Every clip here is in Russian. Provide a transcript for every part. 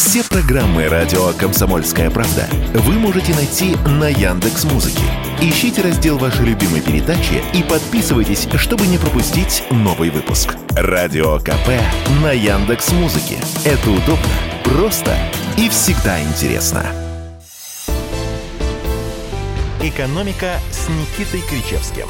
Все программы радио «Комсомольская правда» вы можете найти на Яндекс.Музыке. Ищите раздел вашей любимой передачи и подписывайтесь, чтобы не пропустить новый выпуск. Радио КП на Яндекс.Музыке. Это удобно, просто и всегда интересно. «Экономика» с Никитой Кричевским.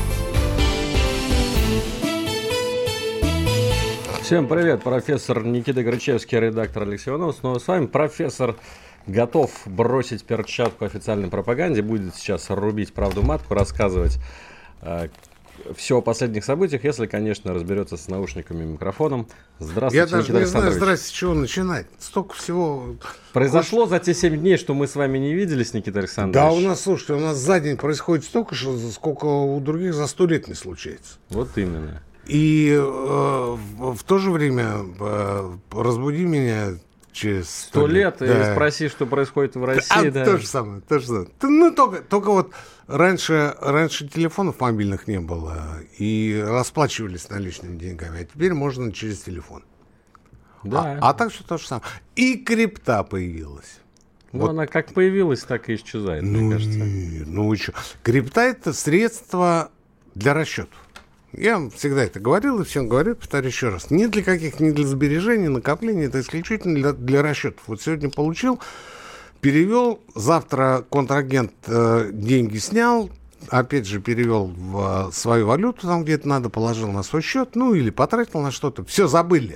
Всем привет, профессор Никита Кричевский, редактор Алексей Иванов. Снова с вами. Профессор готов бросить перчатку официальной пропаганде, будет сейчас рубить правду матку, рассказывать все о последних событиях, если, конечно, разберется с наушниками и микрофоном. Здравствуйте, Я даже не знаю, с чего начинать. Столько всего произошло за те 7 дней, что мы с вами не виделись, Никита Александрович. Да, слушайте, у нас за день происходит столько, сколько у других за 100 лет не случается. Вот именно. И в то же время разбуди меня через 100 лет да. И спроси, что происходит в России. Да. То же самое. Ну, только вот раньше телефонов мобильных не было, и расплачивались наличными деньгами, а теперь можно через телефон. Да. А так все то же самое. И крипта появилась. Ну, вот. Она как появилась, так и исчезает, мне кажется. Ну, вы что? Крипта – это средство для расчетов. Я вам всегда это говорил, и всем говорю, повторю еще раз. Ни для каких, ни для сбережений, накоплений, это исключительно для расчетов. Вот сегодня получил, перевел, завтра контрагент деньги снял, опять же перевел в свою валюту, там где-то надо, положил на свой счет, ну или потратил на что-то. Все забыли.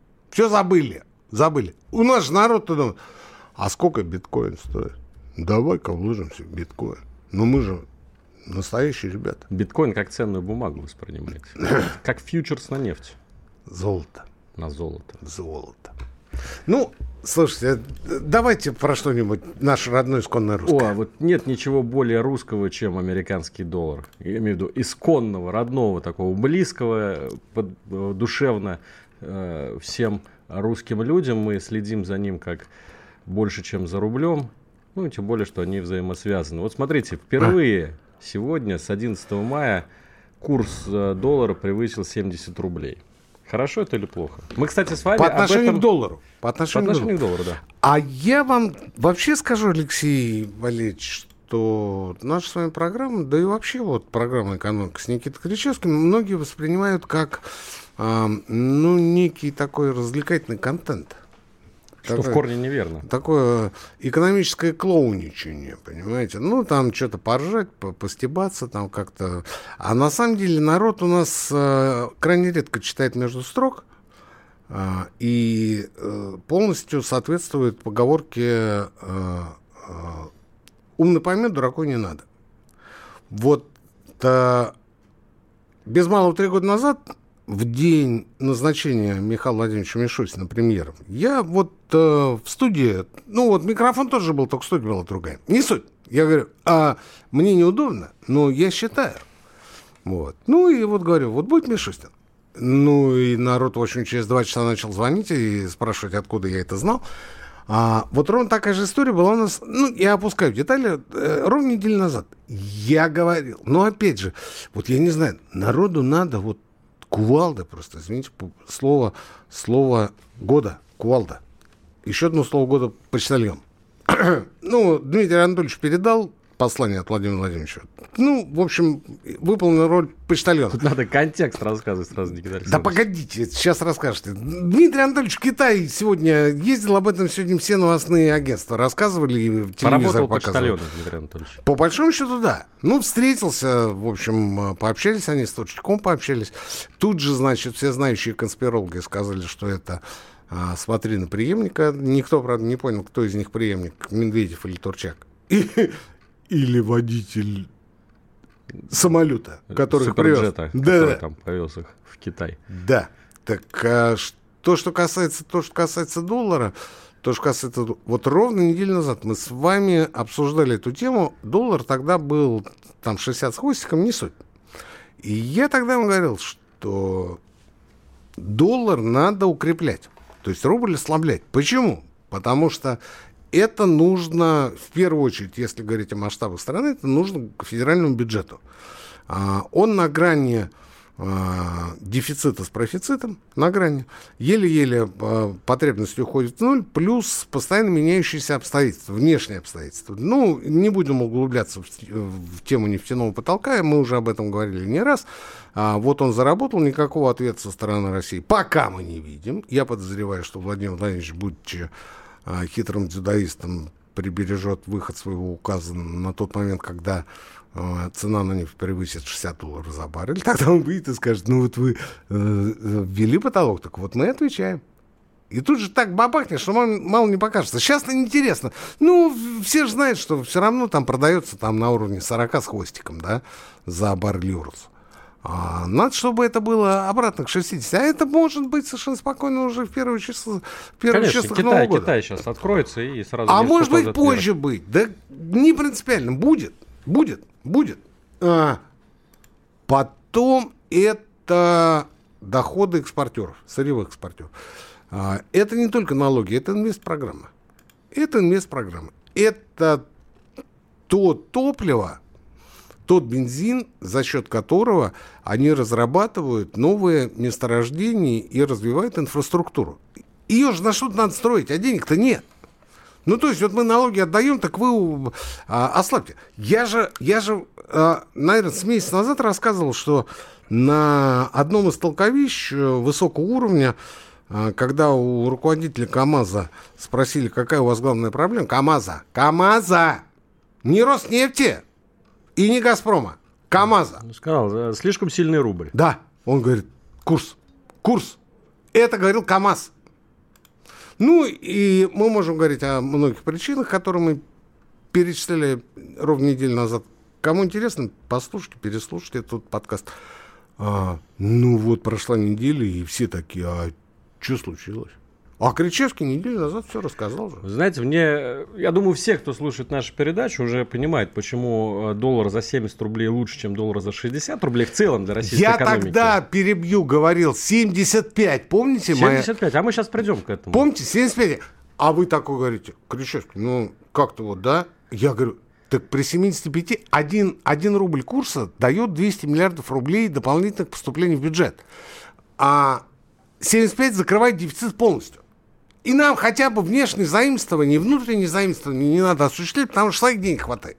У нас же народ-то думает, а сколько биткоин стоит? Давай-ка вложимся в биткоин. Но мы же настоящие ребята. Биткоин как ценную бумагу воспринимается. Как фьючерс на нефть. Золото. На золото. Ну, слушайте, давайте про что-нибудь наше родное исконное русское. Вот нет ничего более русского, чем американский доллар. Я имею в виду исконного, родного, такого близкого, душевно всем русским людям. Мы следим за ним как больше, чем за рублем. Ну, тем более, что они взаимосвязаны. Вот смотрите, впервые сегодня, с 11 мая, курс доллара превысил 70 рублей. Хорошо это или плохо? Мы, кстати, с вами по отношению к доллару. По отношению к доллару, да. А я вам вообще скажу, Алексей Валерьевич, что наша с вами программа, да и вообще вот программа «Экономика» с Никитой Кричевским, многие воспринимают как некий такой развлекательный контент. Что в корне неверно. Такое экономическое клоуничание, понимаете? Ну, там что-то поржать, постебаться, там как-то... А на самом деле народ у нас крайне редко читает между строк и полностью соответствует поговорке «умный поймет, дураку не надо». Вот без малого 3 года назад... В день назначения Михаила Владимировича Мишустина премьером, я вот в студии, микрофон тоже был, только студия была другая. Не суть. Я говорю, мне неудобно, но я считаю. Вот. Ну и вот говорю, вот будет Мишустин. Ну и народ, в общем, через 2 часа начал звонить и спрашивать, откуда я это знал. Вот ровно такая же история была у нас, я опускаю детали, ровно неделю назад. Я говорил, опять же, вот я не знаю, народу надо вот кувалда просто, извините, слово года, кувалда. Еще одно слово года — почтальон. Дмитрий Анатольевич передал послание от Владимира Владимировича. В общем, выполнил роль почтальона. Тут надо контекст рассказывать сразу, Никита Александрович. Да погодите, сейчас расскажете. Дмитрий Анатольевич в Китай сегодня ездил, об этом сегодня все новостные агентства рассказывали, и телевизор показывал. Почтальоном, Дмитрий Анатольевич. По большому счету, да. Встретился, в общем, пообщались они с Толчком, пообщались. Тут же, значит, все знающие конспирологи сказали, что это смотри на преемника. Никто, правда, не понял, кто из них преемник, Медведев или Турчак. Или водитель самолета, который привез. Который там повез их в Китай. Да. Так то, что касается доллара, вот ровно неделю назад мы с вами обсуждали эту тему. Доллар тогда был там 60 с хвостиком, не суть. И я тогда вам говорил, что доллар надо укреплять. То есть рубль ослаблять. Почему? Потому что это нужно, в первую очередь, если говорить о масштабах страны, это нужно к федеральному бюджету. Он на грани дефицита с профицитом на грани. Еле-еле потребность уходит в ноль, плюс постоянно меняющиеся обстоятельства, внешние обстоятельства. Ну, не будем углубляться в тему нефтяного потолка, мы уже об этом говорили не раз. Вот он заработал, никакого ответа со стороны России пока мы не видим. Я подозреваю, что Владимир Владимирович, будучи хитрым дзюдоистом, прибережет выход своего указа на тот момент, когда цена на нефть превысит $60 за баррель. Тогда он выйдет и скажет, ну вот вы ввели потолок, так вот мы отвечаем. И тут же так бабахнет, что мало не покажется. Сейчас-то неинтересно. Ну, все же знают, что все равно там продается там, на уровне 40 с хвостиком, да, за баррель Юрус. Надо, чтобы это было обратно к 60. А это может быть совершенно спокойно уже в первые числах Нового года. Китай сейчас откроется и сразу... А может быть позже быть. Да не принципиально. Будет. Потом это доходы экспортеров, сырьевых экспортеров. Это не только налоги, это инвестпрограмма. Это то топливо, тот бензин, за счет которого они разрабатывают новые месторождения и развивают инфраструктуру. Ее же на что-то надо строить, а денег-то нет. Ну, то есть, вот мы налоги отдаем, так вы ослабьте. Я же, наверное, с месяца назад рассказывал, что на одном из толковищ высокого уровня, когда у руководителя КАМАЗа спросили, какая у вас главная проблема, КАМАЗа, не Роснефти и не Газпрома, КАМАЗа. Сказал, слишком сильный рубль. Да, он говорит, курс. Это говорил КАМАЗ. Ну, и мы можем говорить о многих причинах, которые мы перечисляли ровно неделю назад. Кому интересно, послушайте, переслушайте этот подкаст. Ну, вот прошла неделя, и все такие, а что случилось? А Кричевский неделю назад все рассказал же. Знаете, я думаю, все, кто слушает нашу передачу, уже понимают, почему доллар за 70 рублей лучше, чем доллар за 60 рублей в целом для российской экономики. Я тогда говорил 75, помните? 75, а мы сейчас придем к этому. Помните, 75. А вы такой говорите, Кричевский, ну, как-то вот, да? Я говорю, так при 75 1 рубль курса дает 200 миллиардов рублей дополнительных поступлений в бюджет. А 75 закрывает дефицит полностью. И нам хотя бы внешние заимствования, внутренние заимствования не надо осуществлять, потому что своих денег хватает.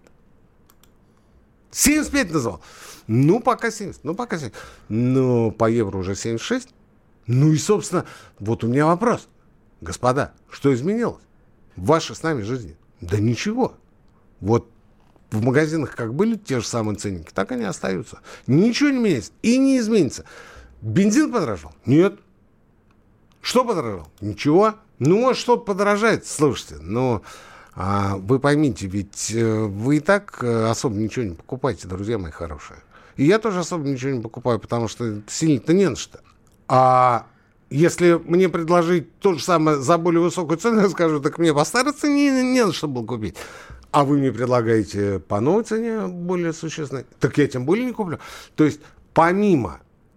75 назвал. Ну, пока 70. Но по евро уже 76. Ну и, собственно, вот у меня вопрос. Господа, что изменилось в вашей с нами жизни? Да ничего. Вот в магазинах как были те же самые ценники, так они остаются. Ничего не меняется и не изменится. Бензин подорожал? Нет. Что подорожал? Ничего. Ну, может, что-то подорожает. Слушайте, вы поймите, ведь вы и так особо ничего не покупаете, друзья мои хорошие. И я тоже особо ничего не покупаю, потому что сильно-то не на что. А если мне предложить то же самое за более высокую цену, я скажу, так мне по старой цене не на что было купить. А вы мне предлагаете по новой цене более существенной, так я тем более не куплю. То есть помимо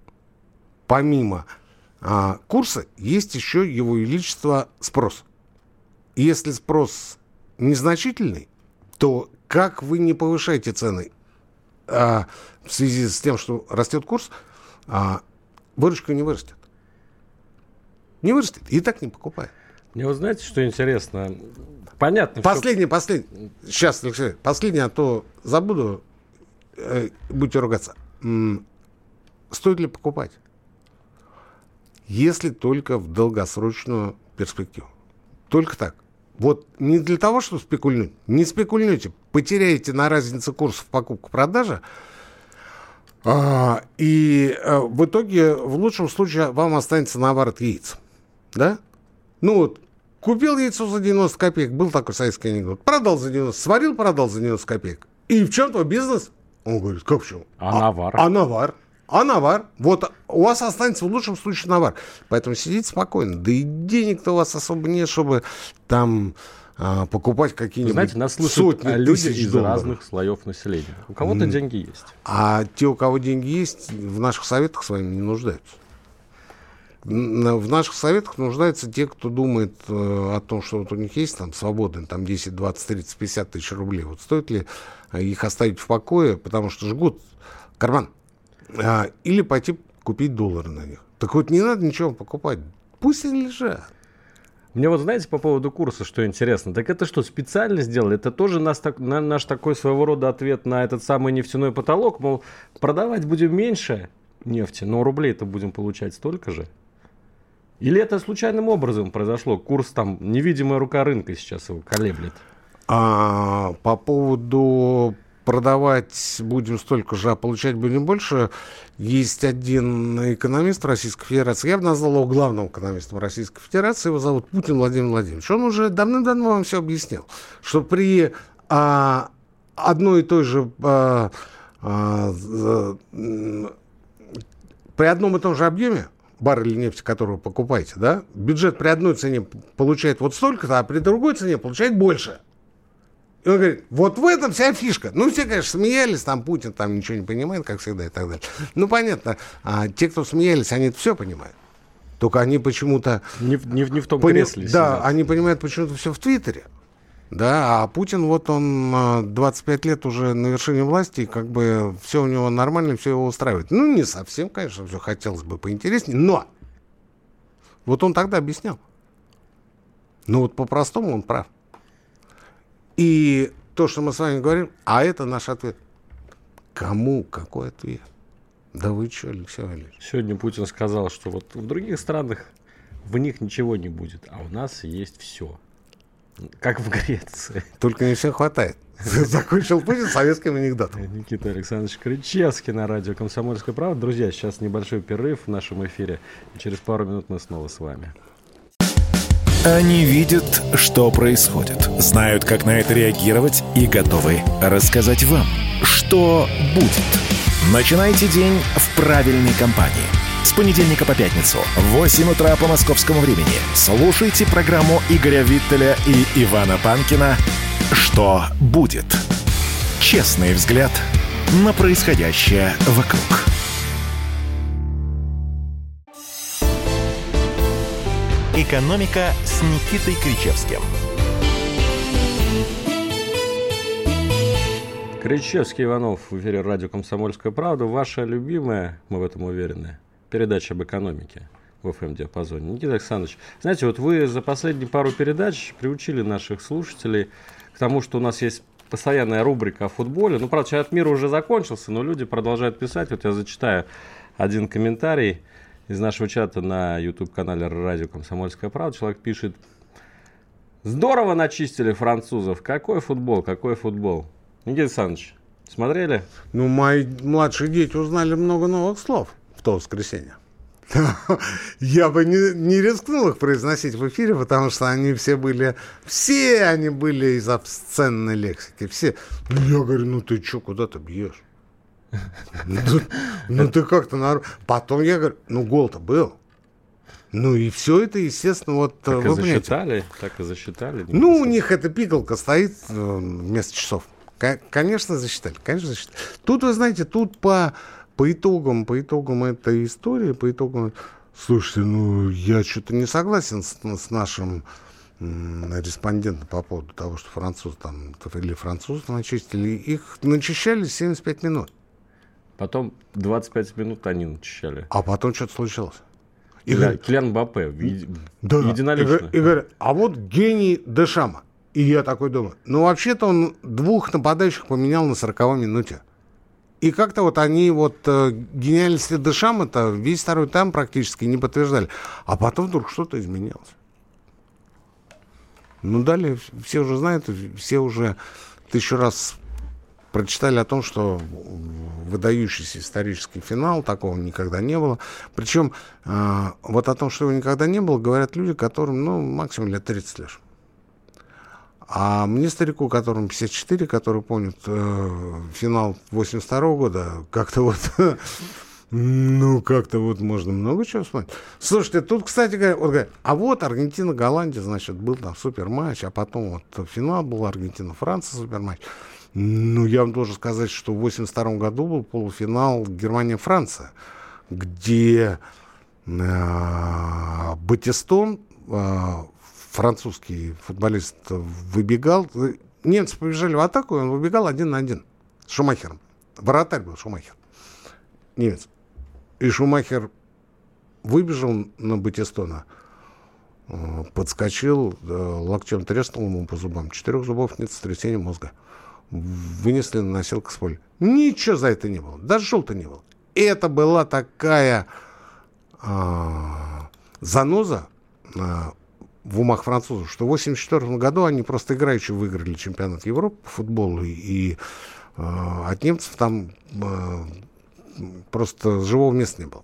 курса есть еще его величество спрос. И если спрос незначительный, то как вы не повышаете цены в связи с тем, что растет курс, выручка не вырастет. Не вырастет, и так не покупает. Мне вот знаете, что интересно? Понятно. Последнее. Сейчас, Алексей, последнее, а то забуду, будете ругаться. Стоит ли покупать? Если только в долгосрочную перспективу. Только так. Вот не для того, чтобы спекульнуть. Не спекульнуйте. Потеряете на разнице курсов покупка-продажа. И в итоге, в лучшем случае, вам останется наоборот яиц. Да? Ну вот, купил яйцо за 90 копеек. Был такой советский анекдот. Продал за 90. Сварил, продал за 90 копеек. И в чем твой бизнес? Он говорит, как в чем? А навар? Вот у вас останется в лучшем случае навар. Поэтому сидите спокойно. Да и денег-то у вас особо нет, чтобы там покупать какие-нибудь знаете, нас слушают люди из разных слоев населения. У кого-то деньги есть. А те, у кого деньги есть, в наших советах с вами не нуждаются. В наших советах нуждаются те, кто думает о том, что вот у них есть там свободные там 10, 20, 30, 50 тысяч рублей. Вот стоит ли их оставить в покое, потому что жгут карман. или пойти купить доллары на них. Так вот, не надо ничего покупать. Пусть они лежат. Мне вот, знаете, по поводу курса, что интересно. Так это что, специально сделали? Это тоже наш такой своего рода ответ на этот самый нефтяной потолок. Мол, продавать будем меньше нефти, но рублей-то будем получать столько же. Или это случайным образом произошло? Курс там, невидимая рука рынка сейчас его колеблет. По поводу продавать будем столько же, а получать будем больше, есть один экономист Российской Федерации, я бы назвал его главным экономистом Российской Федерации, его зовут Путин Владимир Владимирович. Он уже давным-давно вам все объяснил, что при одной и той же при одном и том же объеме барреля нефти, которую вы покупаете, да, бюджет при одной цене получает вот столько-то, а при другой цене получает больше. И он говорит, вот в этом вся фишка. Ну, все, конечно, смеялись, там Путин там ничего не понимает, как всегда, и так далее. Ну, понятно, те, кто смеялись, они это все понимают. Только они почему-то... Не в том кресле Да, сидят. они понимают почему-то все в Твиттере. Да, а Путин, вот он 25 лет уже на вершине власти, и как бы все у него нормально, все его устраивает. Ну, не совсем, конечно, все хотелось бы поинтереснее, но вот он тогда объяснял. Ну, вот по-простому он прав. И то, что мы с вами говорим, а это наш ответ. Кому какой ответ? Да вы что, Алексей Валерьевич? Сегодня Путин сказал, что вот в других странах в них ничего не будет, а у нас есть все. Как в Греции. Только не всем хватает. Закончил Путин советским анекдотом. Никита Александрович Кричевский на радио «Комсомольская правда». Друзья, сейчас небольшой перерыв в нашем эфире. И через пару минут мы снова с вами. Они видят, что происходит, знают, как на это реагировать и готовы рассказать вам, что будет. Начинайте день в правильной компании. С понедельника по пятницу в 8 утра по московскому времени слушайте программу Игоря Виттеля и Ивана Панкина «Что будет?». Честный взгляд на происходящее вокруг. «Экономика» с Никитой Кричевским. Кричевский, Иванов в эфире радио «Комсомольская правда». Ваша любимая, мы в этом уверены, передача об экономике в FM-диапазоне. Никита Александрович, знаете, вот вы за последние пару передач приучили наших слушателей к тому, что у нас есть постоянная рубрика о футболе. Ну, правда, чемпионат мира уже закончился, но люди продолжают писать. Вот я зачитаю один комментарий из нашего чата на YouTube-канале радио «Комсомольская правда». Человек пишет: здорово начистили французов. Какой футбол, какой футбол. Никита Александрович, смотрели? Ну, мои младшие дети узнали много новых слов в то воскресенье. Я бы не рискнул их произносить в эфире, потому что они все они были из обсценной лексики. Все. Ну, я говорю, ну ты что, куда ты бьешь? Ну ты как-то... Потом я говорю, ну гол-то был. Ну и все это, естественно, вот... Так и засчитали, так и засчитали. Ну, у них эта пикалка стоит вместо часов. Конечно, засчитали, конечно, засчитали. Тут, вы знаете, тут по итогам этой истории, по итогам... Слушайте, ну, я что-то не согласен с нашим респондентом по поводу того, что французы начистили. Их начищали 75 минут. Потом 25 минут они начищали. А потом что-то случилось. Килиан Мбаппе, единолично. И говорят, а вот гений Дешама. И я такой думаю, ну, вообще-то он двух нападающих поменял на 40-й минуте. И как-то вот они гениальности Дешама-то весь второй тайм практически не подтверждали. А потом вдруг что-то изменилось. Ну, далее все уже знают, все уже 1000 раз прочитали о том, что выдающийся исторический финал, такого никогда не было. Причем вот о том, что его никогда не было, говорят люди, которым, ну, максимум лет 30 лишь. А мне, старику, которому 54, который помнит финал 82 года, как-то вот... Ну, как-то вот можно много чего вспомнить. Слушайте, тут, кстати говоря, а вот Аргентина-Голландия, значит, был там суперматч, а потом вот финал был Аргентина-Франция суперматч. Ну, я вам должен сказать, что в 82 году был полуфинал Германия-Франция, где Батистон, французский футболист, выбегал. Немцы побежали в атаку, и он выбегал 1 на 1 с Шумахером. Вратарь был Шумахер. немец. И Шумахер выбежал на Батистона, подскочил, локтем треснул ему по зубам. 4 зубов нет, сотрясение мозга. Вынесли на носилках с поля. Ничего за это не было. Даже желтого не было. И это была такая заноза в умах французов, что в 1984 году они просто играючи выиграли чемпионат Европы по футболу, и от немцев там просто живого места не было.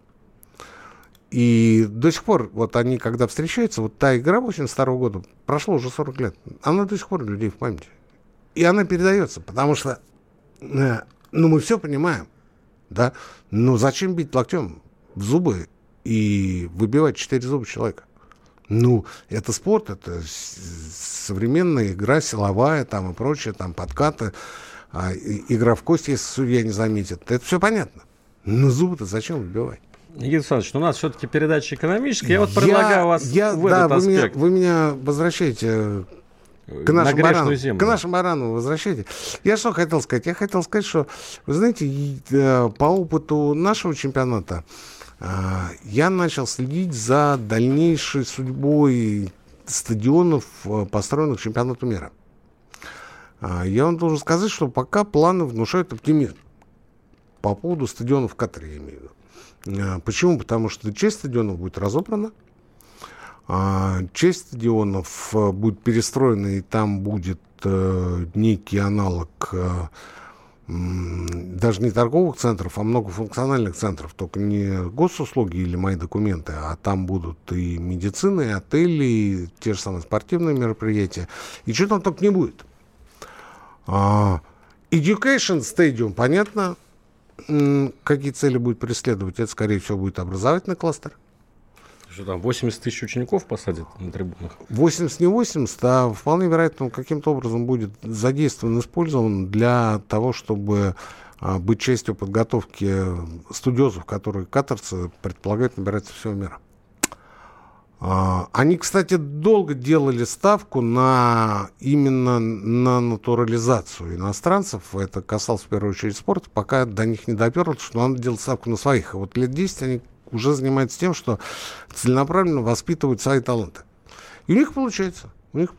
И до сих пор, вот они, когда встречаются, вот та игра 1982 года, прошло уже 40 лет, она до сих пор у людей в памяти. И она передается, потому что, мы все понимаем, да, но зачем бить локтем в зубы и выбивать 4 зуба человека? Это спорт, это современная игра, силовая там и прочее, там подкаты, игра в кости, если судья не заметит. Это все понятно. Но зубы-то зачем выбивать? Игорь Александрович, у нас все-таки передача экономическая. Я вот предлагаю вас в этот аспект. Вы меня возвращаете к нашим баранам возвращайте. Я что хотел сказать? Я хотел сказать, что, вы знаете, по опыту нашего чемпионата я начал следить за дальнейшей судьбой стадионов, построенных к чемпионату мира. Я вам должен сказать, что пока планы внушают оптимизм по поводу стадионов в Катаре, я имею в виду. Почему? Потому что часть стадионов будет разобрана, часть стадионов будет перестроена, и там будет некий аналог даже не торговых центров, а многофункциональных центров, только не госуслуги или мои документы, а там будут и медицина, и отели, и те же самые спортивные мероприятия, и что там только не будет. Education Stadium, понятно, какие цели будет преследовать, это, скорее всего, будет образовательный кластер. Что там, 80 тысяч учеников посадят на трибунах? 80 не 80, а вполне вероятно, он каким-то образом будет задействован, использован для того, чтобы быть частью подготовки студиозов, которые катарцы предполагают набирать со всего мира. Они, кстати, долго делали ставку именно на натурализацию иностранцев. Это касалось в первую очередь спорта, пока до них не доперлось, что надо делать ставку на своих. И вот лет 10 они уже занимаются тем, что целенаправленно воспитывают свои таланты. И у них получается. У них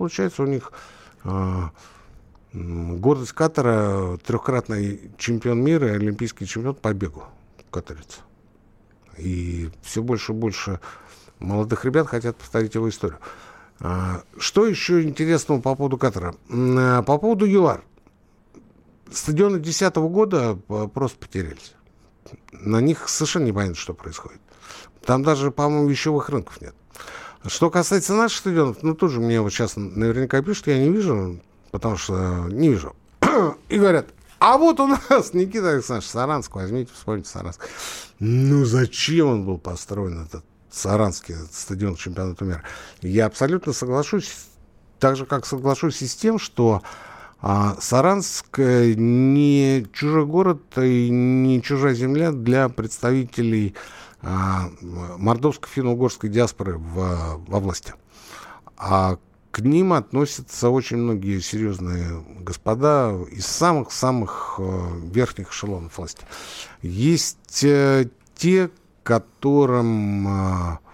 гордость Катара, трехкратный чемпион мира и олимпийский чемпион по бегу катарец. И все больше и больше молодых ребят хотят повторить его историю. Что еще интересного по поводу Катара? По поводу ЮАР. Стадионы 2010 года просто потерялись. На них совершенно непонятно, что происходит. Там даже, по-моему, вещевых рынков нет. Что касается наших стадионов, тоже мне вот сейчас наверняка пишут, я не вижу, потому что не вижу. И говорят, а вот у нас Никита Александрович Саранск, возьмите, вспомните Саранск. Зачем он был построен, этот Саранский стадион чемпионата мира? Я абсолютно соглашусь, так же, как соглашусь и с тем, что Саранск не чужой город и не чужая земля для представителей мордовско-финно-угорской диаспоры во власти. А к ним относятся очень многие серьезные господа из самых-самых верхних эшелонов власти. Есть те, которым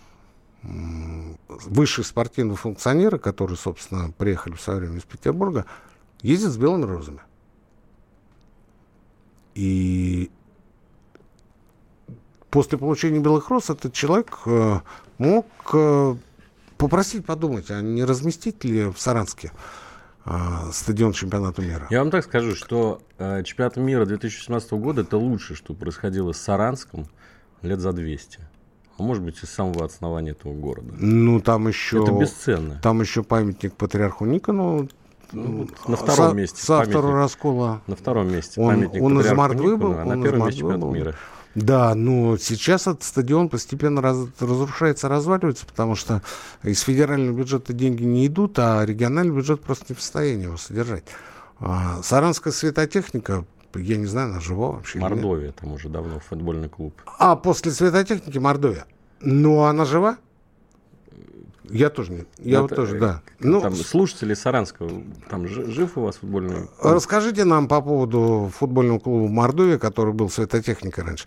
высшие спортивные функционеры, которые, собственно, приехали в свое время из Петербурга, ездят с белыми розами. И после получения белых роз этот человек мог попросить подумать, а не разместить ли в Саранске стадион чемпионата мира. Я вам так скажу, что чемпионат мира 2017 года это лучшее, что происходило с Саранском лет за 200. А может быть, и с самого основания этого города. Там еще... Это бесценно. Там еще памятник патриарху Никону. На втором месте. Соавтору раскола. На втором месте. Памятник он из Мордвы был. А на первом месте чемпионат мира. Да, но сейчас этот стадион постепенно разрушается, разваливается, потому что из федерального бюджета деньги не идут, а региональный бюджет просто не в состоянии его содержать. Саранская светотехника, я не знаю, она жива вообще. Мордовия, там уже давно футбольный клуб. После светотехники Мордовия. Но она жива? Я тоже нет. Я вот тоже, да. Ну, там слушатели Саранского, там жив у вас футбольный? Расскажите нам по поводу футбольного клуба Мордовия, который был Светотехникой раньше.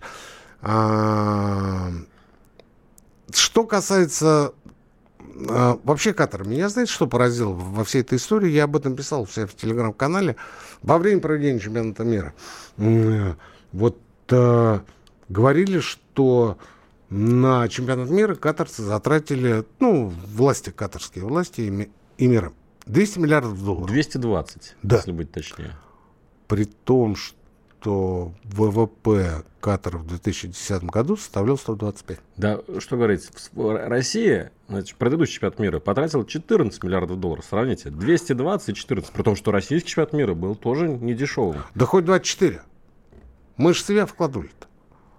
Что касается вообще Катара, меня, знаете, что поразило во всей этой истории? Я об этом писал у себя в телеграм-канале во время проведения чемпионата мира. Вот говорили, что на чемпионат мира катарцы затратили, власти, катарские власти и мира, $200 миллиардов. 220, да. Если быть точнее. При том, что ВВП Катара в 2010 году составлял 125. Да, что говорить, Россия, значит, предыдущий чемпионат мира потратила $14 миллиардов. Сравните, 220 и 14, при том, что российский чемпионат мира был тоже не дешевым. Да хоть 24. Мы же себя вкладывали-то.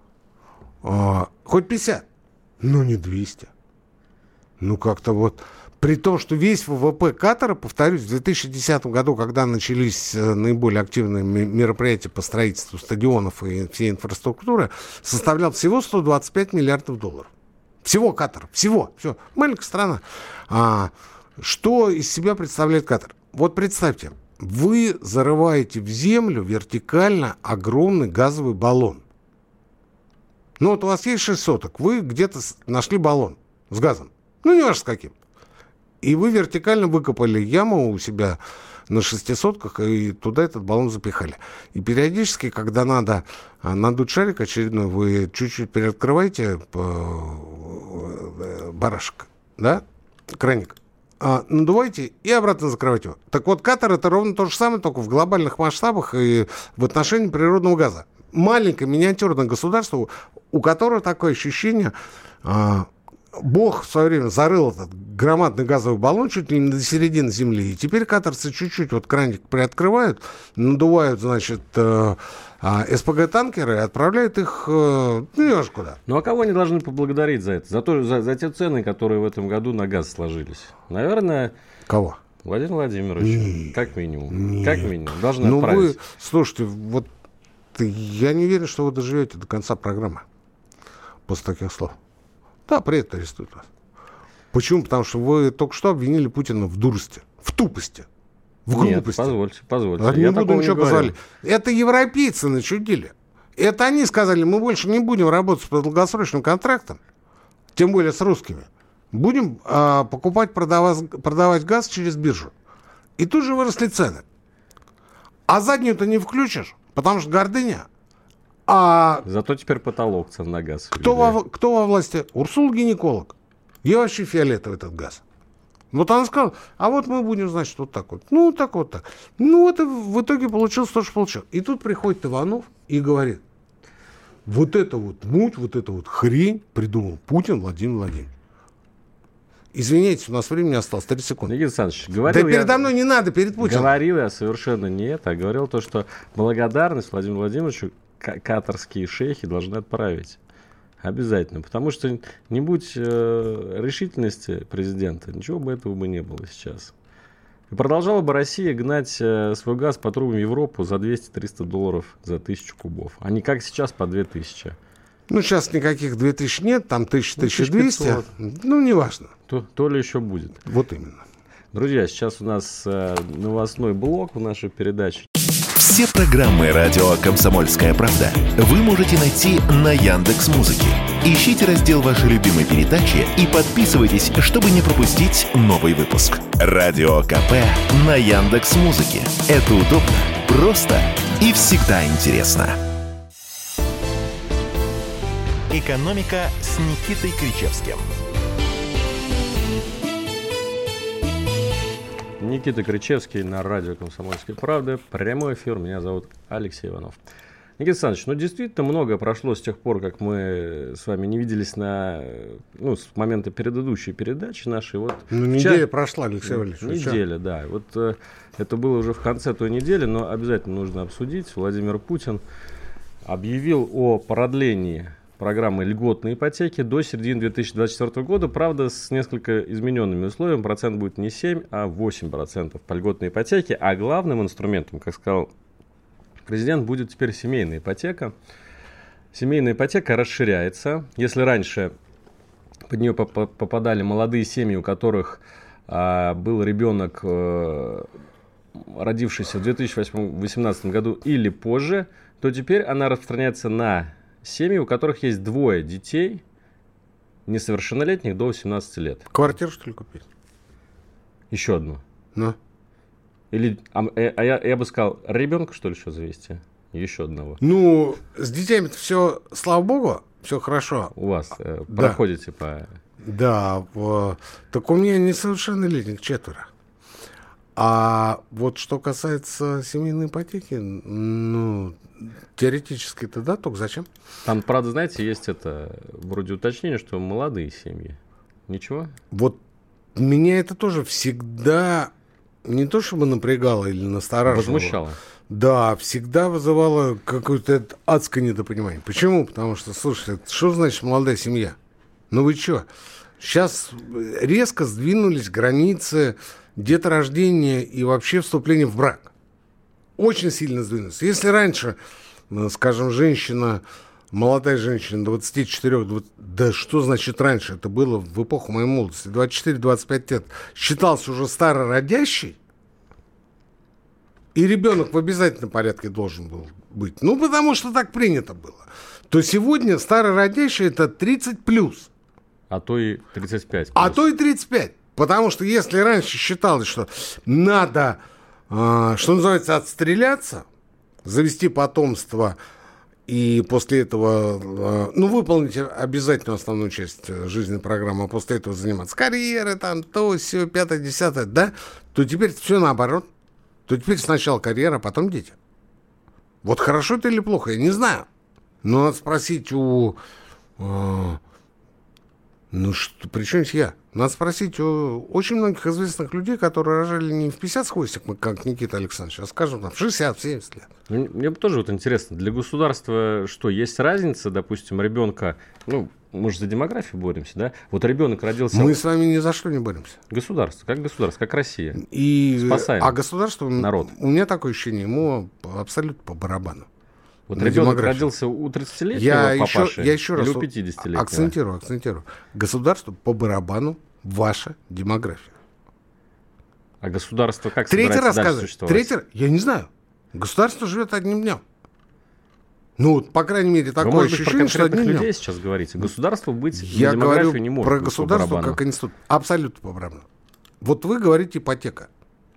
Хоть 50, но не 200. Как-то вот... При том, что весь ВВП Катара, повторюсь, в 2010 году, когда начались наиболее активные мероприятия по строительству стадионов и всей инфраструктуры, составлял всего $125 миллиардов. Всего Катара, всего. Все. Маленькая страна. Что из себя представляет Катар? Вот представьте, вы зарываете в землю вертикально огромный газовый баллон. Вот у вас есть 6 соток, вы где-то нашли баллон с газом. Не важно с каким. И вы вертикально выкопали яму у себя на 6 сотках и туда этот баллон запихали. И периодически, когда надо надуть шарик очередной, вы чуть-чуть переоткрываете барашек, да, краник, надуваете и обратно закрываете его. Так вот, Катар — это ровно то же самое, только в глобальных масштабах и в отношении природного газа. Маленькое миниатюрное государство, у которого такое ощущение... Бог в свое время зарыл этот громадный газовый баллон чуть ли не до середины земли. И теперь катарцы чуть-чуть краник приоткрывают, надувают, значит, СПГ-танкеры и отправляют их не знаешь куда. А кого они должны поблагодарить за это? За те цены, которые в этом году на газ сложились? Наверное... Кого? Владимир Владимирович. Как минимум. Нет. Как минимум. Должны отправить. Вы, слушайте, вот я не уверен, что вы доживете до конца программы после таких слов. Да, привет, арестуют вас. Почему? Потому что вы только что обвинили Путина в дурости, в тупости, в глупости. Нет, позвольте. Я не буду ничего позволять. Это европейцы начудили. Это они сказали, мы больше не будем работать по долгосрочным контрактам, тем более с русскими. Будем покупать, продавать газ через биржу. И тут же выросли цены. А заднюю-то не включишь, потому что гордыня. Зато теперь потолок цен на газ. Кто во власти? Урсула-гинеколог. Ей вообще фиолетовый этот газ. Вот она сказала, вот мы будем, значит, вот так вот. Так вот так. Вот и в итоге получилось то, что получилось. И тут приходит Иванов и говорит, вот это вот муть, вот это вот хрень придумал Путин Владимир Владимирович. Извините, у нас времени осталось 30 секунд. Никита Александрович, говорил да передо мной не надо, перед Путиным. Говорил я совершенно не это, а говорил то, что благодарность Владимиру Владимировичу катарские шейхи должны отправить. Обязательно. Потому что не будь решительности президента, ничего бы этого бы не было сейчас. И продолжала бы Россия гнать свой газ по трубам в Европу за $200-300 за 1000 кубов. А не как сейчас по 2000. Сейчас никаких 2000 нет, там 1000-1200. Неважно. То ли еще будет. Вот именно. Друзья, сейчас у нас новостной блок в нашей передаче. Все программы радио «Комсомольская правда» вы можете найти на Яндекс.Музыке. Ищите раздел вашей любимой передачи и подписывайтесь, чтобы не пропустить новый выпуск. Радио КП на Яндекс.Музыке. Это удобно, просто и всегда интересно. «Экономика» с Никитой Кричевским. Никита Кричевский на радио «Комсомольская правда». Прямой эфир. Меня зовут Алексей Иванов. Никита Александрович, действительно много прошло с тех пор, как мы с вами не виделись с момента предыдущей передачи нашей. Неделя прошла, Алексей Валерьевич. Неделя, да. Это было уже в конце той недели, но обязательно нужно обсудить. Владимир Путин объявил о продлении программы льготной ипотеки до середины 2024 года. Правда, с несколько измененными условиями. Процент будет не 7, а 8% по льготной ипотеке. А главным инструментом, как сказал президент, будет теперь семейная ипотека. Семейная ипотека расширяется. Если раньше под нее попадали молодые семьи, у которых был ребенок, родившийся в 2018 году или позже, то теперь она распространяется на семьи, у которых есть двое детей, несовершеннолетних до 18 лет. Квартиру, что ли, купить? Еще одну. Ну. Или, я бы сказал, ребенка, что ли, еще завести? Еще одного. Ну, с детьми-то все, слава богу, все хорошо. У вас проходите по... Да, так у меня несовершеннолетних 4. А вот что касается семейной ипотеки, ну, теоретически-то да, только зачем? Там, правда, знаете, есть это вроде уточнение, что молодые семьи. Ничего? Вот меня это тоже всегда не то чтобы напрягало или настораживало. Возмущало. Да, всегда вызывало какое-то адское недопонимание. Почему? Потому что, слушайте, что значит молодая семья? Ну вы что? Сейчас резко сдвинулись границы деторождения и вообще вступления в брак. Очень сильно сдвинулись. Если раньше, скажем, молодая женщина, 24, да что значит раньше? Это было в эпоху моей молодости, 24-25 лет, считался уже старородящей, и ребенок в обязательном порядке должен был быть. Ну, потому что так принято было. То сегодня старородящий – это 30+. А то и 35. А то и 35. Потому что если раньше считалось, что надо, что называется, отстреляться, завести потомство и после этого, выполнить обязательно основную часть жизненной программы, а после этого заниматься карьерой, там, то, сё, 5-10, да, то теперь все наоборот. То теперь сначала карьера, а потом дети. Вот хорошо это или плохо, я не знаю. Но надо спросить у... при чем здесь я? Надо спросить у очень многих известных людей, которые рожали не в 50 с хвостиком, как Никита Александрович, а, скажем, там, в 60-70 лет. Мне тоже вот интересно, для государства что, есть разница, допустим, ребенка, мы же за демографию боремся, да? Вот ребенок родился... Мы с вами ни за что не боремся. Государство, как Россия. Спасаем. А государство, народ. У меня такое ощущение, ему абсолютно по барабану. Вот ребенок родился у 30-летнего папаши я еще раз или у 50-летнего? Акцентирую. Государству по барабану ваша демография. А государство как собирается дальше существовать? Я не знаю. Государство живет одним днем. По крайней мере, такое ощущение, что одним днем. Людей сейчас говорите. Государство быть я на демографию говорю не может. Про государство как институт. Абсолютно по барабану. Вот вы говорите ипотека.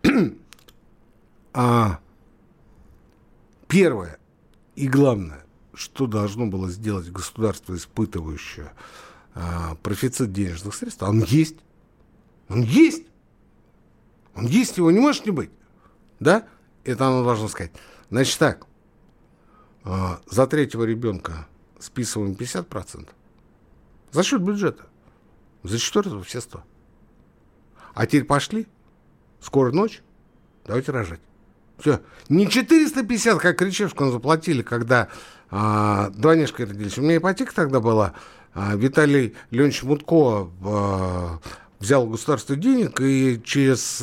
Первое и главное, что должно было сделать государство, испытывающее профицит денежных средств, он есть. Он есть. Он есть, его не может не быть. Да? Это оно должно сказать. Значит так, за третьего ребенка списываем 50%. За счет бюджета. За четвертого все 100. А теперь пошли. Скоро ночь. Давайте рожать. Все. Не 450, как Кричевскому заплатили, когда двойняшки родились. У меня ипотека тогда была. Виталий Леонидович Мутко взял у государства денег и через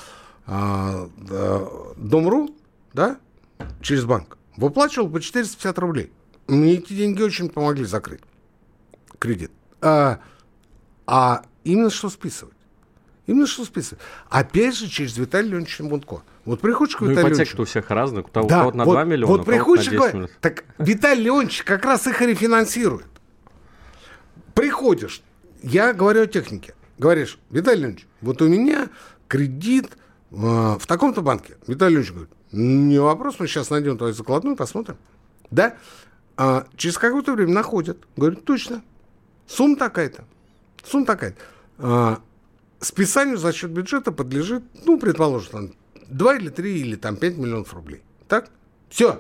Дом.ру, да, через банк, выплачивал по 450 рублей. Мне эти деньги очень помогли закрыть кредит. А именно что списывать? Опять же, через Виталия Леонидовича Мутко. Вот приходишь к Виталию Леонидовичу... ипотека-то у всех разная. У кого-то на 2 миллиона, вот приходишь, на 10 миллионов. Так Виталий Леонидович как раз их и рефинансирует. Приходишь, я говорю о технике. Говоришь, Виталий Леонидович, вот у меня кредит в таком-то банке. Виталий Леонидович говорит, не вопрос, мы сейчас найдем твою закладную, посмотрим. Да? Через какое-то время находят. Говорят, точно. Сумма такая-то. Списанию за счет бюджета подлежит, предположим, там, 2 или 3 или там 5 миллионов рублей. Так? Все.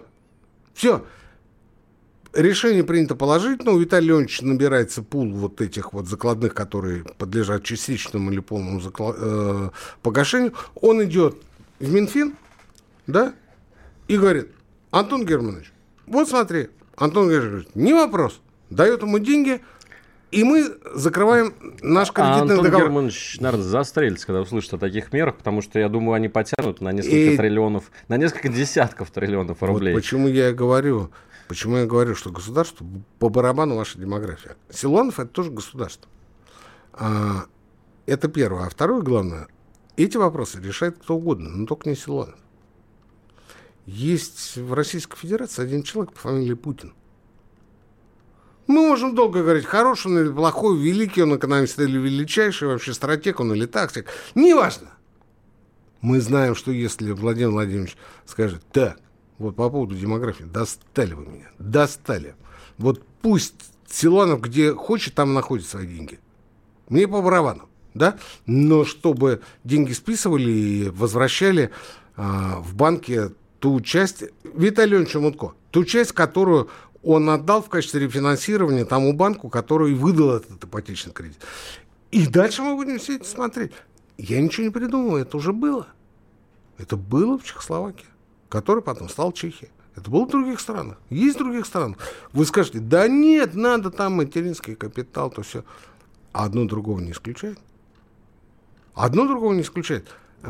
Решение принято положительно. У Виталия Леонидовича набирается пул вот этих вот закладных, которые подлежат частичному или полному погашению. Он идет в Минфин, да, и говорит, Антон Германович, вот смотри. Антон Германович говорит, не вопрос. Дает ему деньги, и мы закрываем наш кредитный договор. Антон Германович, наверное, застрелится, когда услышит о таких мерах, потому что, я думаю, они потянут на несколько триллионов, на несколько десятков триллионов рублей. Вот почему я говорю, что государству по барабану ваша демография. Силуанов – это тоже государство. Это первое. А второе, главное, эти вопросы решает кто угодно, но только не Силуанов. Есть в Российской Федерации один человек по фамилии Путин. Мы можем долго говорить, хороший он или плохой, великий он экономист или величайший, вообще стратег он или тактик. Неважно. Мы знаем, что если Владимир Владимирович скажет, так, вот по поводу демографии, достали вы меня, достали. Вот пусть Силуанов где хочет, там находит свои деньги. Мне по барабану, да? Но чтобы деньги списывали и возвращали в банке ту часть, Виталий Леонидович Мутко, ту часть, которую он отдал в качестве рефинансирования тому банку, который выдал этот ипотечный кредит. И дальше мы будем все это смотреть. Я ничего не придумал, это уже было. Это было в Чехословакии, которая потом стала Чехией. Это было в других странах. Есть в других странах. Вы скажете, да нет, надо там материнский капитал, то все. Одно другого не исключает. Одно другого не исключает.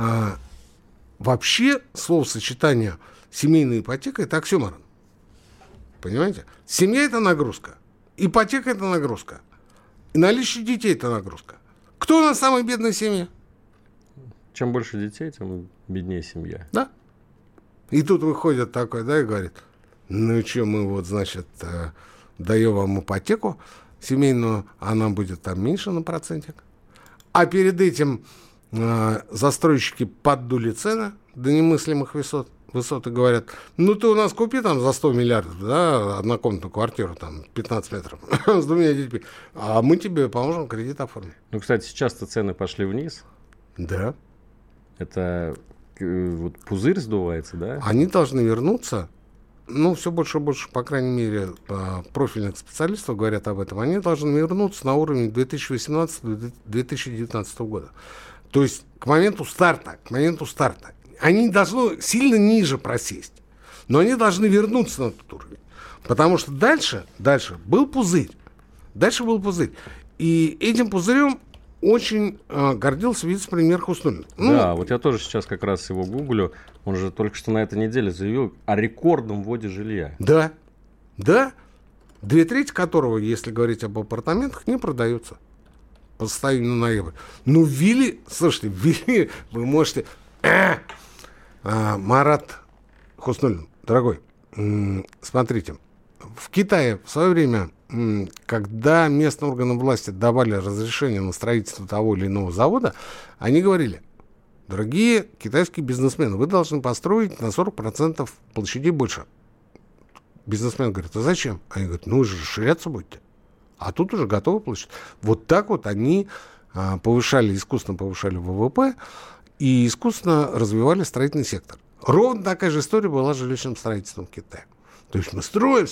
Вообще словосочетание «семейная ипотека» — это оксюморон. Понимаете? Семья — это нагрузка. Ипотека — это нагрузка. И наличие детей — это нагрузка. Кто у нас самая бедная семья? Чем больше детей, тем беднее семья. Да. И тут выходит такой, да, и говорит, ну что, мы вот, значит, даем вам ипотеку семейную, она будет там меньше на процентик. А перед этим застройщики поддули цены до немыслимых высот и говорят, ну ты у нас купи там за 100 миллиардов, да, однокомнатную квартиру, там, 15 метров с двумя детьми, а мы тебе поможем кредит оформить. Ну, кстати, сейчас-то цены пошли вниз. Да. Это вот пузырь сдувается, да? Они должны вернуться, ну, все больше и больше, по крайней мере, профильных специалистов говорят об этом, они должны вернуться на уровень 2018-2019 года. То есть к моменту старта, они должны сильно ниже просесть, но они должны вернуться на этот уровень. Потому что дальше был пузырь. И этим пузырем очень гордился вице-премьер Хуснуллин. Да, вот я тоже сейчас как раз его гуглю. Он же только что на этой неделе заявил о рекордном вводе жилья. Да. 2/3 которого, если говорить об апартаментах, не продаются по состоянию на ноябрь. Ну, ввели, вы можете... Марат Хуснуллин, дорогой, смотрите, в Китае в свое время, когда местные органы власти давали разрешение на строительство того или иного завода, они говорили, дорогие китайские бизнесмены, вы должны построить на 40% площадей больше. Бизнесмен говорит, а зачем? Они говорят, ну вы же расширяться будете. А тут уже готова площадь. Вот так вот они искусственно повышали ВВП и искусственно развивали строительный сектор. Ровно такая же история была с жилищным строительством в Китае. То есть мы строим.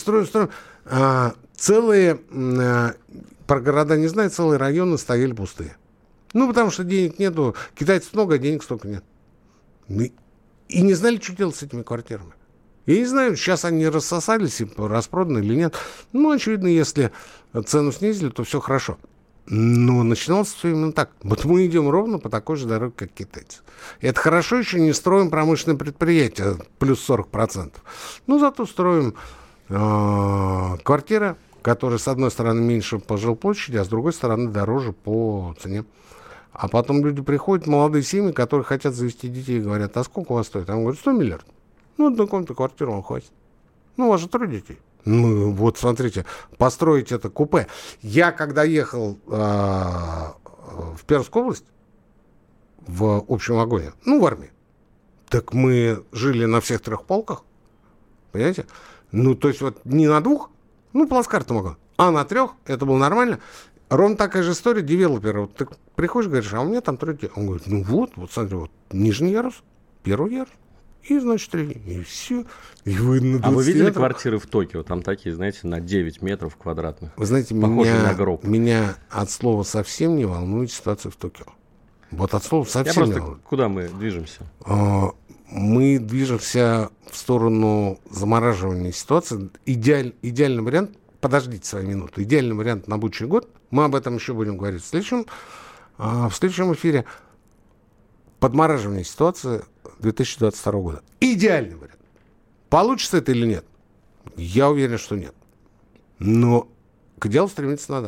Целые, про города не знаю, целые районы стояли пустые. Ну, потому что денег нету, китайцев много, а денег столько нет. И не знали, что делать с этими квартирами. Я не знаю, сейчас они рассосались и распроданы или нет. Ну, очевидно, если цену снизили, то все хорошо. Но начиналось все именно так. Вот мы идем ровно по такой же дороге, как китайцы. И это хорошо, еще не строим промышленное предприятие, плюс 40%. Но зато строим квартиры, которые, с одной стороны, меньше по жилплощади, а с другой стороны, дороже по цене. А потом люди приходят, молодые семьи, которые хотят завести детей, и говорят, а сколько у вас стоит? А он говорит, 100 миллиардов. Ну, одну комнату квартиру вам хватит. Ну, у вас же 3 детей. Ну, вот, смотрите, построить это купе. Я, когда ехал в Пермскую область, в общем вагоне, ну, в армии, так мы жили на всех 3 полках, понимаете? Ну, то есть вот не на 2, ну, плацкартный вагон, а на 3, это было нормально. Ровно такая же история девелопера. Вот ты приходишь, говоришь, а у меня там 3 детей. Он говорит, ну вот, смотри, вот, нижний ярус, 1 ярус. И, значит, и все. И вы на 20 А вы видели метров... квартиры в Токио? Там такие, знаете, на 9 метров квадратных. Вы знаете, меня от слова совсем не волнует ситуация в Токио. Вот от слова совсем не волнует. Куда мы движемся? Мы движемся в сторону замораживания ситуации. Идеальный вариант, подождите свою минуту, идеальный вариант на будущий год, мы об этом еще будем говорить в следующем эфире, подмораживание ситуации 2022 года. Идеальный вариант. Получится это или нет? Я уверен, что нет. Но к идеалу стремиться надо.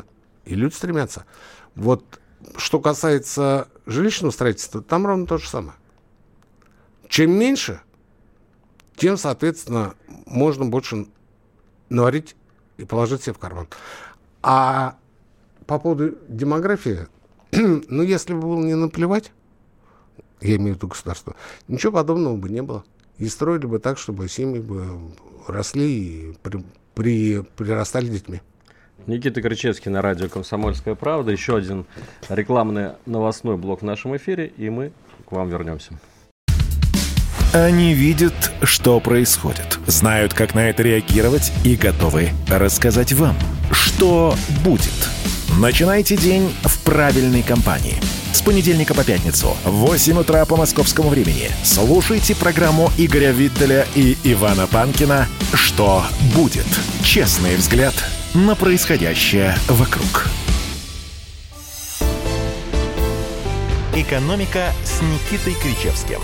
И люди стремятся. Вот что касается жилищного строительства, там ровно то же самое. Чем меньше, тем, соответственно, можно больше наварить и положить себе в карман. А по поводу демографии, ну, если бы было не наплевать, я имею в виду государство, ничего подобного бы не было. И строили бы так, чтобы семьи бы росли и прирастали детьми. Никита Кричевский на радио «Комсомольская правда». Еще один рекламный новостной блок в нашем эфире, и мы к вам вернемся. Они видят, что происходит, знают, как на это реагировать и готовы рассказать вам, что будет. Начинайте день в правильной компании. С понедельника по пятницу в 8 утра по московскому времени слушайте программу Игоря Виттеля и Ивана Панкина «Что будет?». Честный взгляд на происходящее вокруг. «Экономика» с Никитой Кричевским.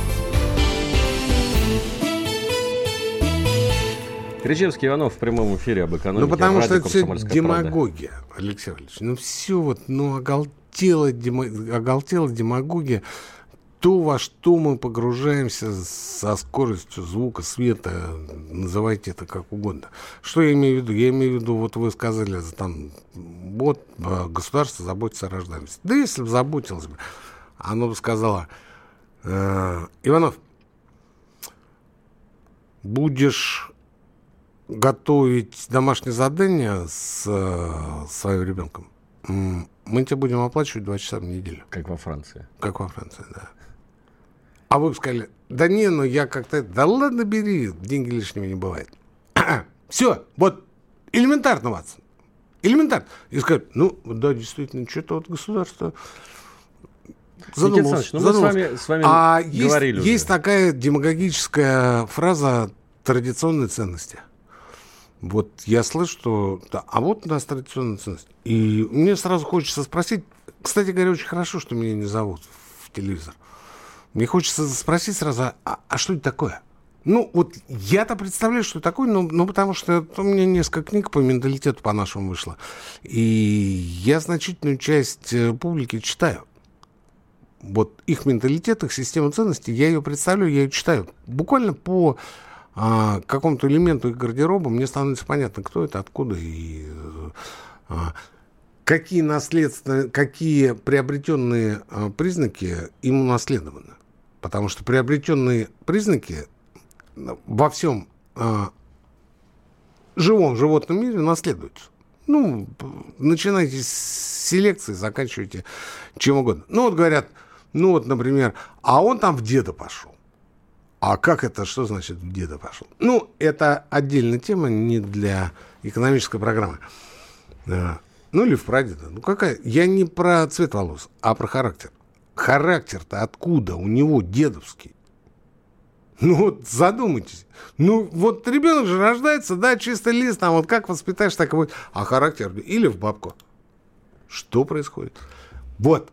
Кричевский, Иванов в прямом эфире об экономике. Ну, потому что это все «Комсомольская демагогия, правда». Алексей Валерьевич. Ну, все вот, оголтела демагогия. То, во что мы погружаемся со скоростью звука, света, называйте это как угодно. Что я имею в виду? Я имею в виду, вот вы сказали, там, вот государство заботится о рождаемости. Да если бы заботилось бы, оно бы сказало: Иванов, будешь готовить домашнее задание с своим ребенком, мы тебе будем оплачивать 2 часа в неделю. Как во Франции. Как во Франции, да. А вы бы сказали: да не, ну я как-то... Да ладно, бери, деньги лишними не бывает. Все, вот элементарно, Ватсон. Элементарно. И сказать: ну, да, действительно, что-то вот государство... Задумался. Мы с вами говорили уже. Есть такая демагогическая фраза «традиционные ценности». Вот я слышу, что... Да, а вот у нас традиционная ценность. И мне сразу хочется спросить... Кстати говоря, очень хорошо, что меня не зовут в телевизор. Мне хочется спросить сразу: а что это такое? Ну, вот я-то представляю, что это такое, но потому что у меня несколько книг по менталитету по-нашему вышло. И я значительную часть публики читаю. Вот их менталитет, их система ценностей, я ее представляю, я ее читаю. Буквально по какому-то элементу их гардероба мне становится понятно, кто это, откуда и какие наследственные, какие приобретенные признаки им унаследованы. Потому что приобретенные признаки во всем живом животном мире наследуются. Ну, начинайте с селекции, заканчивайте чем угодно. Ну, вот говорят, ну, вот, например, а он там в деда пошел. А как это, что значит в деда пошел? Ну, это отдельная тема, не для экономической программы. Ну, или в прадеда. Ну, какая? Я не про цвет волос, а про характер. Характер-то откуда? У него дедовский. Ну, вот задумайтесь. Ну, вот ребенок же рождается, да, чистый лист, там вот как воспитаешь, так и будет. А характер? Или в бабку. Что происходит? Вот.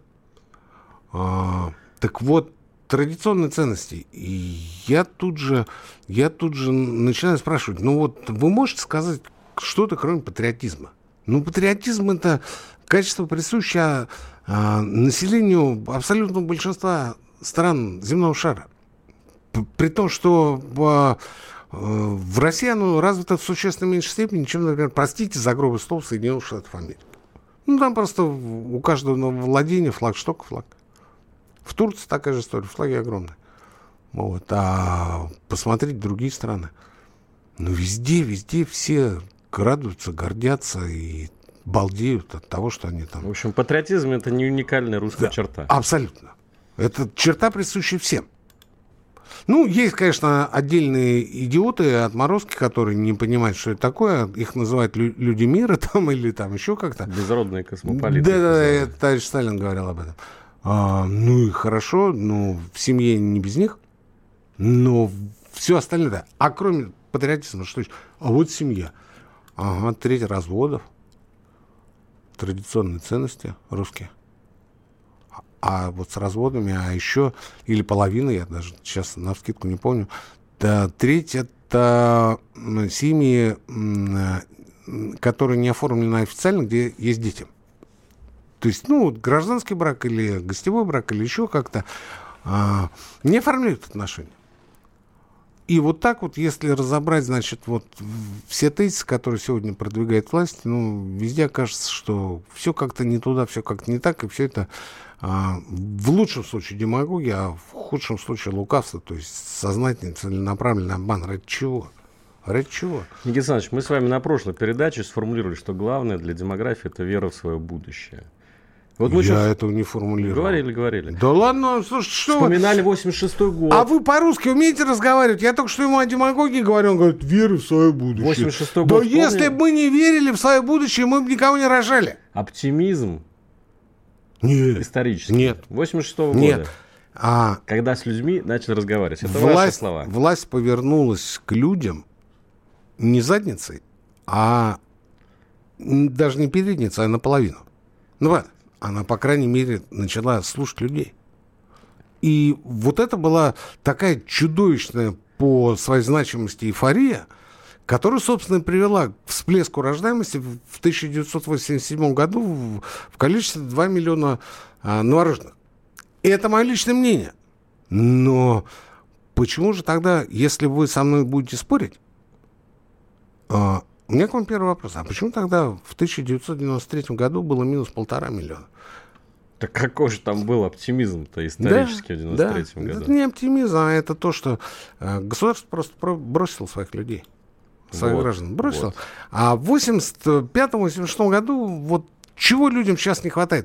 Так вот, традиционные ценности. И я тут же начинаю спрашивать: ну вот вы можете сказать что-то, кроме патриотизма? Ну, патриотизм — это качество, присущее населению абсолютного большинства стран земного шара. При том, что в России оно развито в существенно меньшей степени, чем, например, простите, загробный стол Соединенных Штатов Америки. Ну, там просто у каждого владения флаг, шток, флаг. В Турции такая же история, флаги огромные. Вот. А посмотреть другие страны. Ну, везде все радуются, гордятся и балдеют от того, что они там... В общем, патриотизм — это не уникальная русская черта. Абсолютно. Это черта, присущая всем. Ну, есть, конечно, отдельные идиоты, отморозки, которые не понимают, что это такое. Их называют люди мира там или там еще как-то. Безродные космополиты. Да, товарищ Сталин говорил об этом. Ну и хорошо, ну в семье не без них, но все остальное, да. А кроме патриотизма, что еще? А вот семья. Ага, треть разводов. Традиционные ценности русские. А вот с разводами, а еще, или половина, я даже сейчас навскидку не помню, да, треть — это семьи, которые не оформлены официально, где есть дети. То есть, гражданский брак или гостевой брак или еще как-то не оформляют отношения. И вот так вот, если разобрать, значит, вот все тезисы, которые сегодня продвигает власть, везде окажется, что все как-то не туда, все как-то не так, и все это в лучшем случае демагогия, а в худшем случае лукавство, то есть сознательный, целенаправленный обман. Ради чего? Ради чего? Никита Александрович, мы с вами на прошлой передаче сформулировали, что главное для демографии – это вера в свое будущее. Вот мы этого не формулировал. Говорили. Да ладно, слушай, что вспоминали 86-й год. А вы по-русски умеете разговаривать? Я только что ему о демагогии говорю, он говорит, верю в свое будущее. 86-й год. Да если бы мы не верили в свое будущее, мы бы никого не рожали. Оптимизм нет. Исторический. Нет. 86-го нет. года. Когда с людьми начали разговаривать. Это ваши слова. Власть повернулась к людям не задницей, а даже не передницей, а наполовину. Она, по крайней мере, начала слушать людей. И вот это была такая чудовищная по своей значимости эйфория, которая, собственно, привела к всплеску рождаемости в 1987 году в количестве 2 миллиона новорожденных. И это мое личное мнение. Но почему же тогда, если вы со мной будете спорить, у меня к вам первый вопрос. А почему тогда в 1993 году было минус 1,5 миллиона? Так какой же там был оптимизм-то исторически в 1993 году? Это не оптимизм, а это то, что государство просто бросило своих людей, своих граждан. Бросило. Вот. А в 1985-1986 году вот чего людям сейчас не хватает?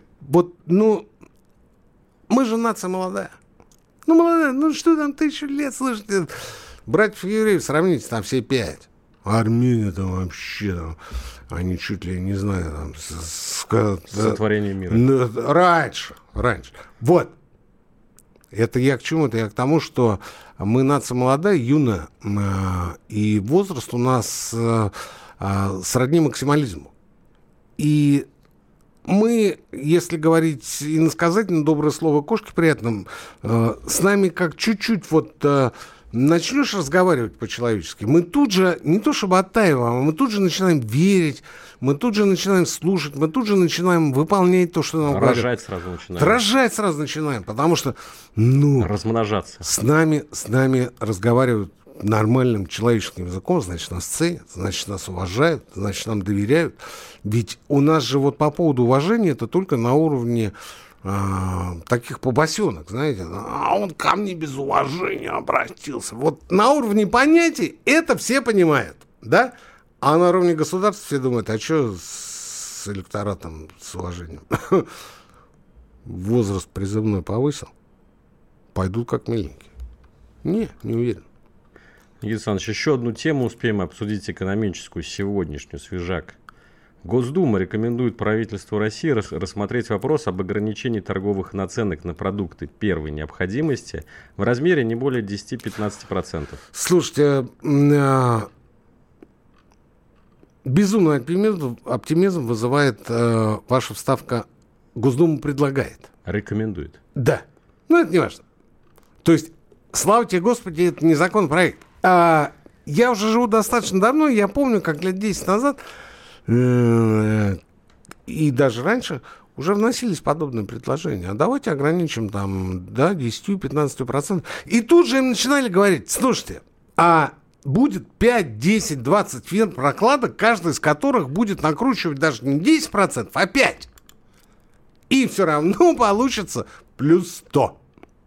Мы же нация молодая. Молодая, что там 1000 лет, слышите? Братьев евреев сравните, там все 5. Армения там вообще, они чуть ли, не знаю, сотворение мира. Раньше. Вот. Это я к чему? Это я к тому, что мы нация молодая, юная, и возраст у нас сродни максимализму. И мы, если говорить иносказательно, доброе слово кошке приятным, с нами как чуть-чуть начнешь разговаривать по-человечески, мы тут же, не то чтобы оттаиваем, мы тут же начинаем верить, мы тут же начинаем слушать, мы тут же начинаем выполнять то, что нам говорят. Рожать сразу начинаем, потому что, размножаться. С нами разговаривают нормальным человеческим языком, значит, нас ценят, значит, нас уважают, значит, нам доверяют. Ведь у нас же по поводу уважения это только на уровне таких побосенок, знаете, он ко мне без уважения обратился. Вот на уровне понятий это все понимают, да? А на уровне государства все думают, а что с электоратом, с уважением? Возраст призывной повысил, пойдут как миленькие. Не уверен. Никита Александрович, еще одну тему успеем обсудить, экономическую, сегодняшнюю, свежак. Госдума рекомендует правительству России рассмотреть вопрос об ограничении торговых наценок на продукты первой необходимости в размере не более 10-15%. Слушайте, безумный оптимизм вызывает ваша вставка «Госдума предлагает». Рекомендует. Да. Это не важно. То есть, слава тебе, Господи, это не законопроект. Я уже живу достаточно давно, я помню, как лет 10 назад и даже раньше уже вносились подобные предложения. А давайте ограничим 10-15%. И тут же им начинали говорить, слушайте, будет 5, 10, 20 фирм прокладок, каждый из которых будет накручивать даже не 10%, а 5%. И все равно получится плюс 100.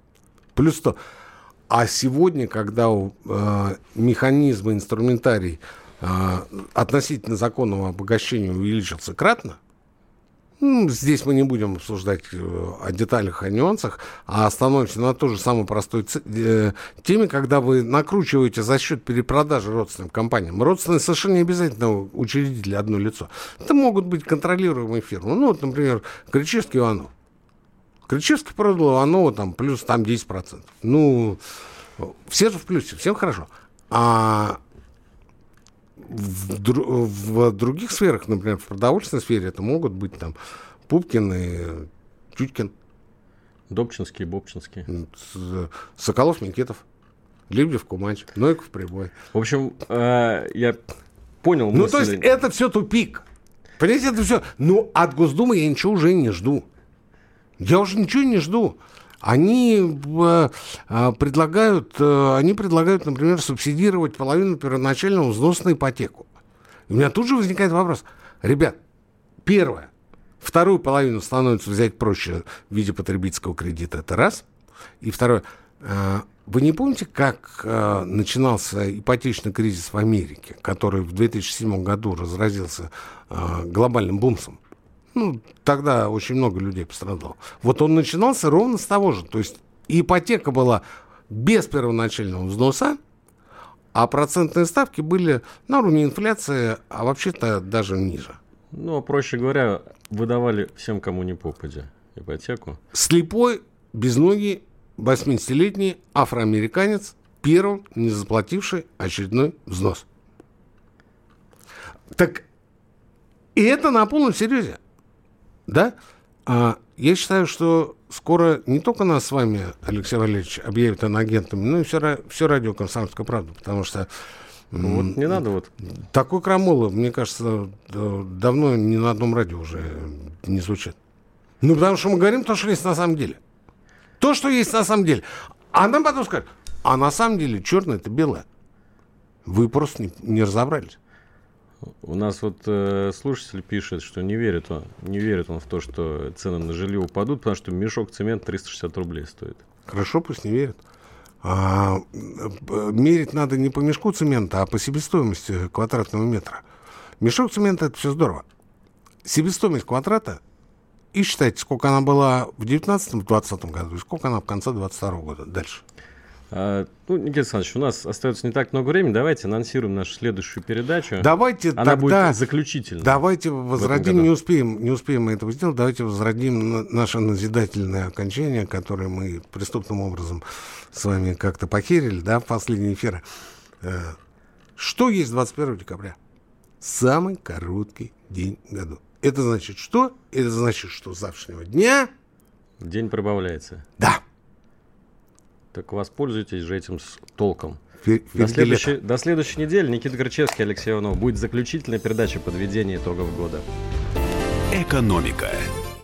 А сегодня, когда механизм, инструментарий относительно законного обогащения увеличился кратно, здесь мы не будем обсуждать о деталях, о нюансах, а остановимся на той же самой простой теме, когда вы накручиваете за счет перепродажи родственным компаниям. Родственные совершенно не обязательно учредители, одно лицо. Это могут быть контролируемые фирмы. Например, Кричевский Иванов. Кричевский продал Иванову плюс 10%. Все же в плюсе, всем хорошо. А в других сферах, например, в продовольственной сфере, это могут быть Пупкин и Тюткин. Добчинский, Бобчинский. Соколов, Минкетов, Лебедев, Кумач, Нойков, Прибой. В общем, я понял мысль. То есть это все тупик. Понимаете, это все. Ну, от Госдумы я ничего уже не жду. Я уже ничего не жду. Они предлагают, например, субсидировать половину первоначального взноса на ипотеку. И у меня тут же возникает вопрос. Ребят, первое. Вторую половину становится взять проще в виде потребительского кредита. Это раз. И второе. Вы не помните, как начинался ипотечный кризис в Америке, который в 2007 году разразился глобальным бумсом? Ну, тогда очень много людей пострадало. Вот он начинался ровно с того же. То есть ипотека была без первоначального взноса, а процентные ставки были на уровне инфляции, а вообще-то даже ниже. Ну, проще говоря, выдавали всем, кому не попадя, ипотеку. Слепой, безногий, 80-летний афроамериканец, первым не заплативший очередной взнос. Так и это на полном серьезе. Да? Я считаю, что скоро не только нас с вами, Алексей Валерьевич, объявят иноагентами, но и все радио «Комсомольская правда», потому что вот не надо вот. Такой крамолы, мне кажется, давно ни на одном радио уже не звучит. Ну, потому что мы говорим то, что есть на самом деле. То, что есть на самом деле. А нам потом скажут, а на самом деле черное это белое. Вы просто не разобрались. У нас вот слушатель пишет, что не верит он в то, что цены на жилье упадут, потому что мешок цемента 360 рублей стоит. Хорошо, пусть не верит. Мерить надо не по мешку цемента, а по себестоимости квадратного метра. Мешок цемента – это все здорово. Себестоимость квадрата, и считайте, сколько она была в 2019-2020 году, и сколько она в конце 2022 года. Дальше. Никита Александрович, у нас остается не так много времени. Давайте анонсируем нашу следующую передачу. Давайте Она тогда будет заключительной. Давайте возродим, не успеем мы этого сделать, давайте возродим наше назидательное окончание, которое мы преступным образом с вами как-то похерили, да, в последние эфиры. Что есть 21 декабря? Самый короткий день в году. Это значит что? Это значит, что с завтрашнего дня... День прибавляется. Да. Так воспользуйтесь же этим с толком. До следующей недели. Никита Горчевский, Алексей Иванов. Будет заключительная передача подведения итогов года. Экономика.